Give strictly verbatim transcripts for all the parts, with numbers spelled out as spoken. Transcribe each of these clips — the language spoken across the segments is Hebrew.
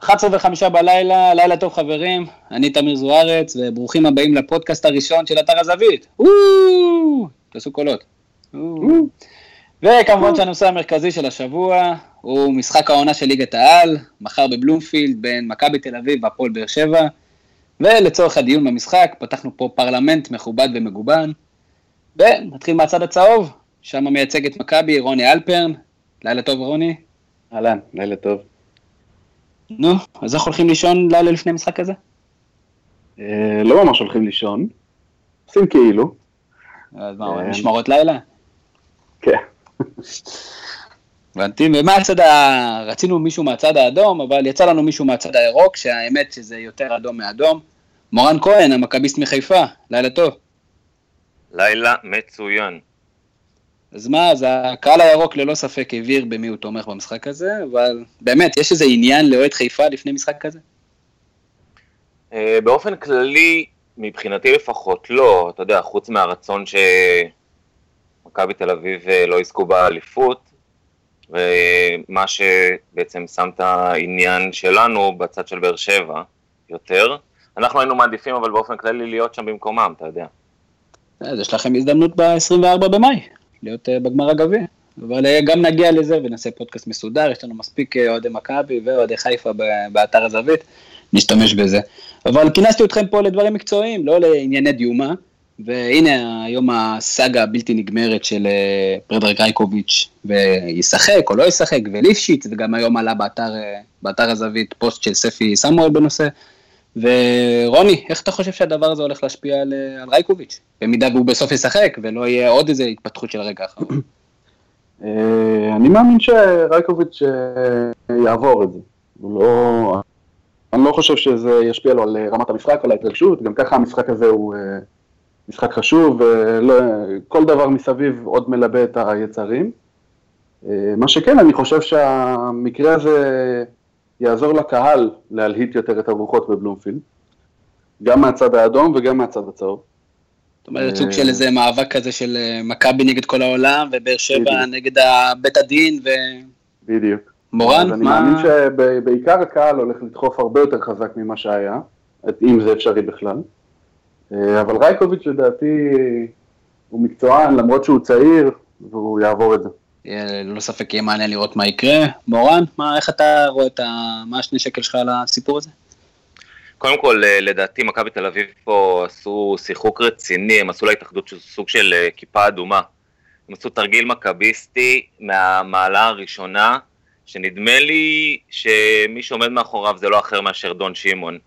אחת עשרה וחמש בלילה, לילה טוב חברים, אני תמיר זוארץ, וברוכים הבאים לפודקאסט הראשון של אתר הזווית. וואו, תעשו קולות. וכמובן שהנושא המרכזי של השבוע הוא משחק העונה של ליגת העל, מחר בבלומפילד בין מכבי תל אביב והפועל באר שבע, ולצורך הדיון במשחק פתחנו פה פרלמנט מכובד ומגובן, ונתחיל מהצד הצהוב, שם מייצג את מכבי רוני אלפרן. לילה טוב רוני. אהלן, לילה טוב. נו, אז איך הולכים לישון לילה לפני משחק הזה? לא ממש הולכים לישון, עושים כאילו. אז מה, משמרות לילה? כן. הבנתי, ומה הצד ה... רצינו מישהו מהצד האדום, אבל יצא לנו מישהו מהצד הירוק, שהאמת שזה יותר אדום מאדום. מורן כהן, המכביסט מחיפה, לילה טוב. לילה מצוין. אז מה, אז הקהל הירוק ללא ספק הבהיר במי הוא תומך במשחק הזה, אבל באמת, יש איזה עניין לאוהד חיפה לפני משחק כזה? באופן כללי, מבחינתי לפחות לא, אתה יודע, חוץ מהרצון שמכבי תל אביב לא יזכו באליפות, ומה שבעצם שם את העניין שלנו בצד של באר שבע יותר, אנחנו היינו מעדיפים אבל באופן כללי להיות שם במקומם, אתה יודע. אז יש לכם הזדמנות ב-עשרים וארבעה במאי. להיות בגמר הגביע, אבל גם נגיע לזה ונעשה פודקאסט מסודר, יש לנו מספיק אוהדי מכבי ואוהדי חיפה באתר הזווית, נשתמש בזה. אבל כינסתי אתכם פה לדברים מקצועיים, לא לענייני דיומה, והנה היום הסאגה הבלתי נגמרת של פרדריק רייקוביץ' וישחק או לא ישחק, וליפשיץ, וגם היום עלה באתר, באתר הזווית פוסט של ספי סמואל בנושא, ורוני, איך אתה חושב שהדבר הזה הולך להשפיע על, על רייקוביץ'? במידה והוא בסוף ישחק, ולא יהיה עוד איזה התפתחות של הרגע האחרון. אני מאמין שרייקוביץ' יעבור את זה. הוא לא... אני לא חושב שזה ישפיע לו על רמת המשחק, על ההתרגשות, גם ככה המשחק הזה הוא משחק חשוב, וכל דבר מסביב עוד מלבה את היצרים. מה שכן, אני חושב שהמקרה הזה יעזור לקהל להלהיט יותר את הרוחות בבלומפילד, גם מהצד האדום וגם מהצד הצהוב. זאת אומרת, סוג של איזה מאבק כזה של מכבי נגד כל העולם, ובאר שבע נגד בית הדין, ו... בדיוק. מורן, מה... אני מאמין שבעיקר הקהל הולך לדחוף הרבה יותר חזק ממה שהיה, אם זה אפשרי בכלל. אבל רייקוביץ' לדעתי הוא מקצוען, למרות שהוא צעיר, והוא יעבור את זה. לא ספק יהיה מעניין לראות מה יקרה. מורן, מה, איך אתה רואה את ה... מה השני שקל שלך על הסיפור הזה? קודם כל, לדעתי, מכבי תל אביב פה עשו שיחוק רציני, הם עשו להתאחדות סוג של כיפה אדומה. הם עשו תרגיל מכביסטי מהמעלה הראשונה, שנדמה לי שמי שעומד מאחוריו זה לא אחר מאשר דון שימון.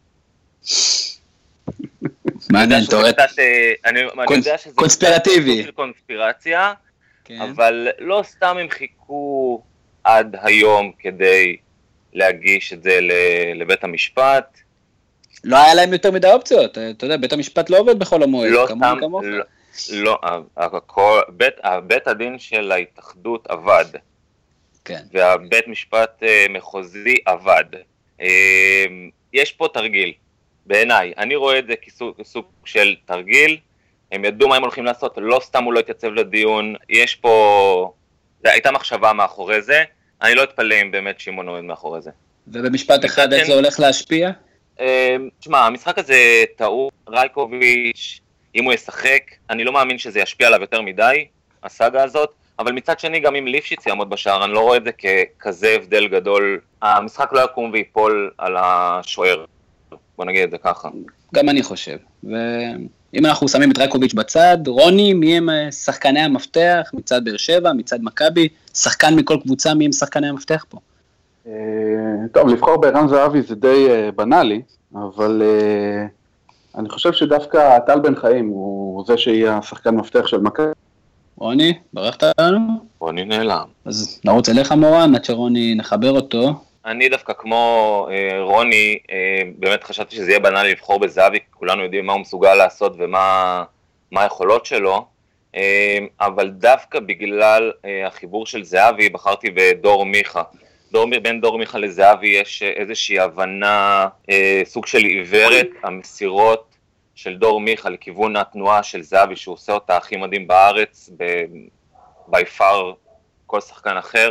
מעניין, תורט. קונספירטיבי. קונספירציה, אבל לא סתם הם חיכו עד היום כדי להגיש את זה לבית המשפט. לא היה להם יותר מדי אופציות, אתה יודע, בית המשפט לא עובד בכל המועד, כמובן כמוך. לא, בית הדין של ההתאחדות עבד, והבית משפט מחוזי עבד. יש פה תרגיל, בעיניי, אני רואה את זה כסוג של תרגיל, הם ידעו מה הם הולכים לעשות, לא סתם הוא לא התייצב לדיון, יש פה, הייתה מחשבה מאחורי זה, אני לא אתפלא אם באמת שימון עומד מאחורי זה. ובמשפט אחד איך זה הולך להשפיע? תשמע, המשחק הזה טעות, רייקוביץ', אם הוא ישחק, אני לא מאמין שזה ישפיע עליו יותר מדי, הסאגה הזאת, אבל מצד שני גם אם ליפשיץ יעמוד בשער, אני לא רואה את זה ככזה הבדל גדול, המשחק לא יקום ויפול על השוער, בוא נגיד את זה ככה. גם אני חושב, ואם אנחנו שמים את רייקוביץ' בצד, רוני, מי הם שחקני המפתח, מצד באר שבע, מצד מכבי, שחקן מכל קבוצה, מי הם שחקני המפתח פה? טוב, לבחור בערן זהבי זה די בנאלי, אבל אני חושב שדווקא טל בן חיים הוא זה שיהיה השחקן מפתח של מכבי. רוני, ברכת לנו? רוני נעלם. אז נרוץ אליך מורן, עד שרוני נחבר אותו. אני דווקא כמו אה, רוני, אה, באמת חשבתי שזה יהיה בנאלי לבחור בזהבי, כולנו יודעים מה הוא מסוגל לעשות ומה מה היכולות שלו, אה, אבל דווקא בגלל אה, החיבור של זהבי בחרתי בדור מיכה. דור, בין דור מיכה לזהבי יש איזושהי הבנה, אה, סוג של עיוורת, המסירות של דור מיכה לכיוון התנועה של זהבי, שהוא עושה אותה הכי מדהים בארץ, ב-by far כל שחקן אחר.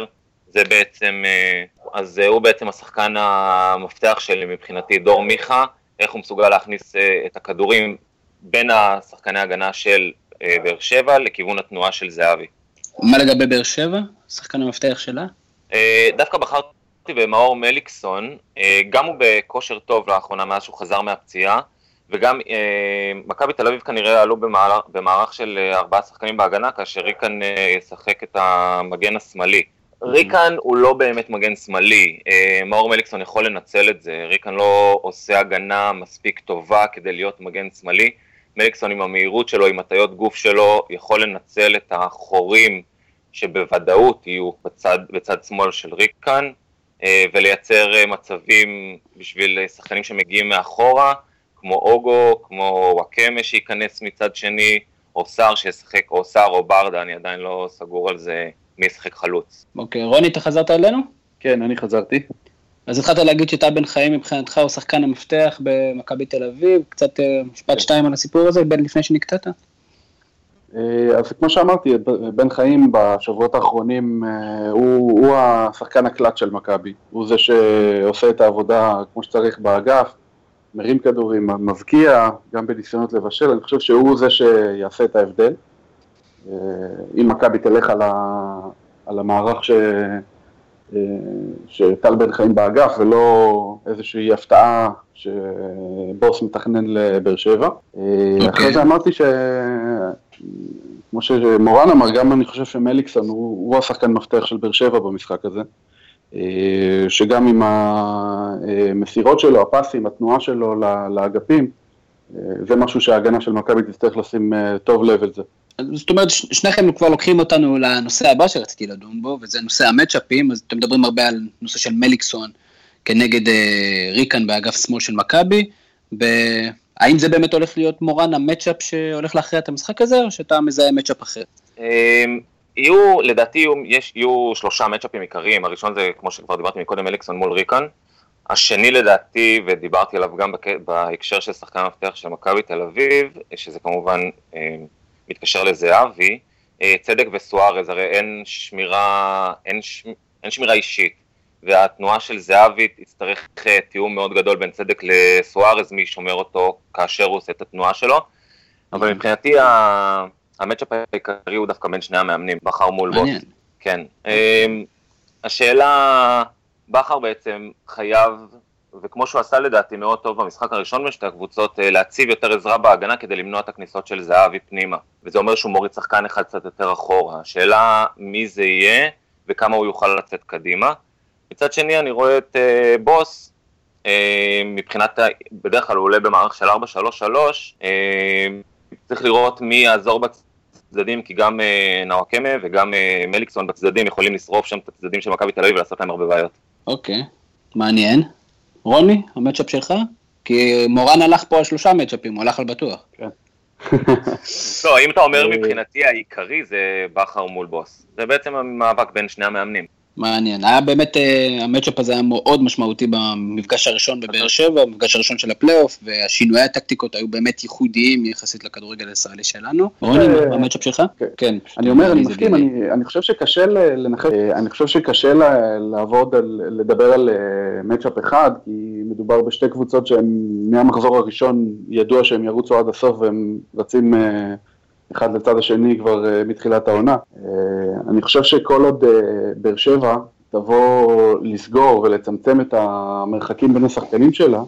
זה בעצם, אז הוא בעצם השחקן המפתח שלי מבחינתי, דור מיכה, איך הוא מסוגל להכניס את הכדורים בין השחקני ההגנה של באר שבע לכיוון התנועה של זהבי. מה לגבי באר שבע? שחקן המפתח שלה? דווקא בחרתי במאור מליקסון, גם הוא בכושר טוב לאחרונה מאז שהוא חזר מהפציעה, וגם מכבי תל אביב כנראה עלו במערך, במערך של ארבעה שחקנים בהגנה, כאשר ריקן ישחק את המגן השמאלי. ריקן הוא לא באמת מגן שמאלי, מאור מליקסון יכול לנצל את זה, ריקן לא עושה הגנה מספיק טובה כדי להיות מגן שמאלי, מליקסון עם המהירות שלו, עם הטיות גוף שלו, יכול לנצל את החורים שבוודאות יהיו בצד, בצד שמאל של ריקן, ולייצר מצבים בשביל שחקנים שמגיעים מאחורה, כמו אוגו, כמו וואקמה שייכנס מצד שני, או שר שישחק, או שר או ברדה, אני עדיין לא סגור על זה מי ישחק חלוץ. אוקיי, רוני, אתה חזרת אלינו? כן, אני חזרתי. אז התחלת להגיד שאתה בן חיים מבחינתך הוא שחקן המפתח במכבי תל אביב, קצת משפט שתיים על הסיפור הזה, בין לפני שנקטעת? אז כמו שאמרתי, בן חיים בשבועות האחרונים הוא, הוא השחקן הקלט של מכבי, הוא זה שעושה את העבודה כמו שצריך באגף, מרים כדורים, מבקיע, גם בניסיונות לבשל, אני חושב שהוא זה שיעשה את ההבדל. אם מכבי תלך על, ה, על המערך ש, שטל בן חיים באגף, ולא איזושהי הפתעה שבוס מתכנן לבאר שבע. Okay. אחרי זה אמרתי ש... כמו שמורן אמר, גם אני חושב שמליקסון הוא, הוא השחקן מפתח של באר שבע במשחק הזה. שגם עם המסירות שלו, הפסים, התנועה שלו לאגפים, זה משהו שההגנה של מכבי תצטרך לשים טוב לב את זה. זאת אומרת, שניכם כבר לוקחים אותנו לנושא הבא שרציתי לדון בו, וזה נושא המצ'אפים, אז אתם מדברים הרבה על נושא של מליקסון, כנגד ריקן באגף שמאל של מכבי, האם זה באמת הולך להיות מורן המצ'אפ שהולך להכריע את המשחק הזה, או שאתה מזהה מצ'אפ אחר? יהיו, לדעתי, יש, יהיו שלושה מצ'אפים עיקריים, הראשון זה, כמו שכבר דיברתי מקודם, מליקסון מול ריקן, השני לדעתי, ודיברתי עליו גם בהקשר של שחקן המפתח של מכבי תל אביב, שזה כמובן מתקשר לזהבי, צדק וסוארז, הרי אין שמירה, אין, אין שמירה אישית, והתנועה של זהבי תצטרך תיאום מאוד גדול בין צדק לסוארז, מי שומר אותו כאשר הוא עושה את התנועה שלו, אבל מבחינתי המצ'אפ העיקרי הוא דווקא בין שני המאמנים, בכר מול בוס. כן. השאלה, בכר בעצם חייב, וכמו שהוא עשה לדעתי מאוד טוב במשחק הראשון בשתי הקבוצות, להציב יותר עזרה בהגנה כדי למנוע את הכניסות של זהבי פנימה. וזה אומר שהוא מוריד שחקן אחד קצת יותר אחורה. השאלה מי זה יהיה וכמה הוא יוכל לצאת קדימה. מצד שני אני רואה את uh, בוס, uh, מבחינת, בדרך כלל הוא עולה במערך של ארבע שלוש שלוש, uh, צריך לראות מי יעזור בצדדים, כי גם uh, נאוואקמה וגם uh, מליקסון בצדדים יכולים לשרוף שם את הצדדים של מכבי תל אביב ולעשות להם הרבה בעיות. אוקיי, מעניין. רוני, המצ'אפ שלך? כי מורן הלך פה על שלושה מצ'אפים, הוא הלך על בטוח. כן. לא, אם אתה אומר מבחינתי העיקרי זה בכר מול בוס. זה בעצם המאבק בין שני המאמנים. מעניין, היה באמת, המצ'אפ הזה היה מאוד משמעותי במפגש הראשון בבאר שבע, במפגש הראשון של הפלייאוף, והשינויי הטקטיקות היו באמת ייחודיים יחסית לכדורגל הישראלי שלנו. רוני, המצ'אפ שלך? כן, אני אומר, אני מסכים, אני חושב שקשה לנחש, אני חושב שקשה לעבוד, לדבר על מצ'אפ אחד, כי מדובר בשתי קבוצות שהן מהמחזור הראשון ידוע שהם ירוצו עד הסוף, והם רצים אחד לצד השני כבר מתחילת העונה. אני חושב שכל עוד באר שבע תבוא לסגור ולצמצם את המרחקים בין השחקנים שלה,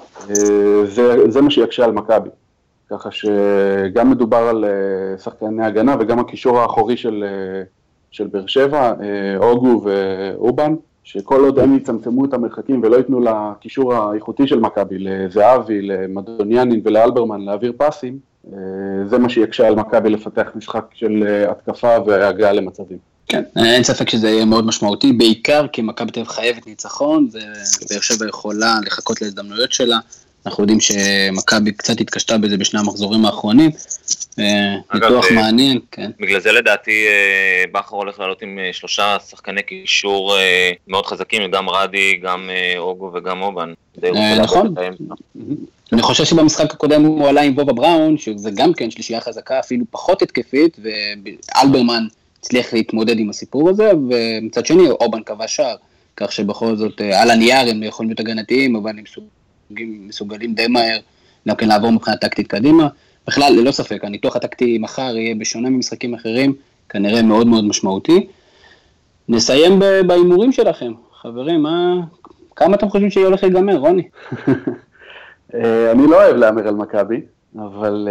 זה, זה מה שיקשה על מכבי. ככה שגם מדובר על שחקני הגנה וגם הקישור האחורי של, של באר שבע, אוגו ואובן, שכל עוד הם יצמצמו את המרחקים ולא ייתנו לקישור האיכותי של מכבי, לזהבי, למדוניאנין ולאלברמן להעביר פסים, זה מה שיקשה על מכבי לפתח משחק של התקפה והגעה למצבים. כן, אין ספק שזה יהיה מאוד משמעותי, בעיקר כי מכבי תל אביב חייבת ניצחון, ובאר שבע יכולה לחכות להזדמנויות שלה, אנחנו יודעים שמכבי קצת התקשתה בזה בשני המחזורים האחרונים, ניתוח מעניין, כן. בגלל זה לדעתי בכר הולך לעלות עם שלושה שחקני קישור מאוד חזקים, גם רדי, גם אוגו וגם אובן. נכון. אני חושב שבמשחק הקודם הוא עלה עם וובה בראון, שזה גם כן שלישייה חזקה, אפילו פחות התקפית, ואלברמן הצליח להתמודד עם הסיפור הזה, ומצד שני, אובן קבע שער, כך שבכל זאת, על הנייר הם יכולים להיות הגנתיים, אבל הם מסוגלים, מסוגלים די מהר, גם כן לעבור מבחינה טקטית קדימה. בכלל, ללא ספק, הניתוח הטקטי מחר יהיה בשונה ממשחקים אחרים, כנראה מאוד מאוד משמעותי. נסיים בהימורים שלכם. חברים, מה, כמה אתם חושבים שיהיה הולך להיגמר, רוני? אני לא אוהב להאמר על מכבי, אבל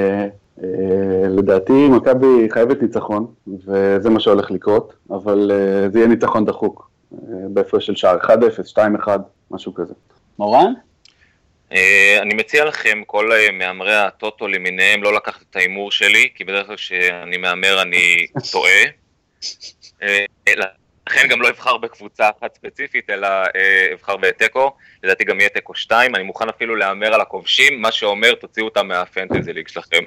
לדעתי מכבי חייבת ניצחון, וזה מה שהולך לקרות, אבל זה יהיה ניצחון דחוק, בהפרש של שער אחד אפס, שתיים אחד, משהו כזה. מורן? אני מציע לכם, כל מאמרי הטוטו למיניהם, לא לקחת את האימור שלי, כי בדרך כלל שאני מאמר אני טועה. לכן גם לא אבחר בקבוצה אחת ספציפית, אלא אבחר בטקו. לדעתי גם יהיה טקו שתיים, אני מוכן אפילו לאמר על הכובשים, מה שאומר תוציאו אותם מהפנטזי ליג שלכם.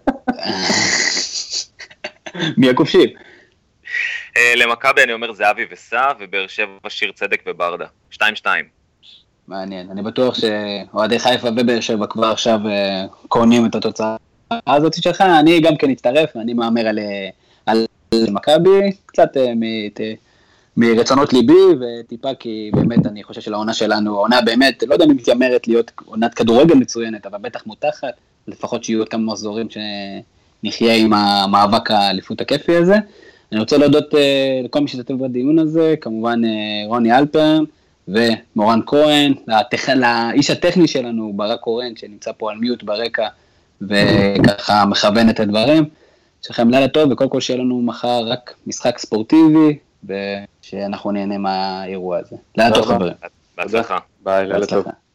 מי הכובשים? למכבי אני אומר זהבי וסע, ובאר שבע שיר צדק וברדה. שתיים שתיים. מעניין, אני בטוח שאוהדי חיפה ובאר שבע כבר עכשיו קונים את התוצאה הזאת שלך, אני גם כן אצטרף, ואני מאמר על, על מכבי, קצת מרצונות ליבי, וטיפה כי באמת אני חושב שלעונה שלנו, העונה באמת, לא יודע אם היא מתיימרת להיות עונת כדורגל מצוינת, אבל בטח מותחת, לפחות שיהיו כמה מחזורים שנחיה עם המאבק האליפות הכיפי הזה. אני רוצה להודות לכל מי שתתף בדיון הזה, כמובן רוני אלפרן, ומורן כהן, לטכ... לאיש הטכני שלנו, ברק קורן, שנמצא פה על מיוט ברקע, וככה מכוון את הדברים. שלכם לילה טוב, וכל כל שיהיה לנו מחר רק משחק ספורטיבי, ושאנחנו נהנה מהאירוע הזה. לילה טוב חברים. בהצלחה. ביי, לילה טוב.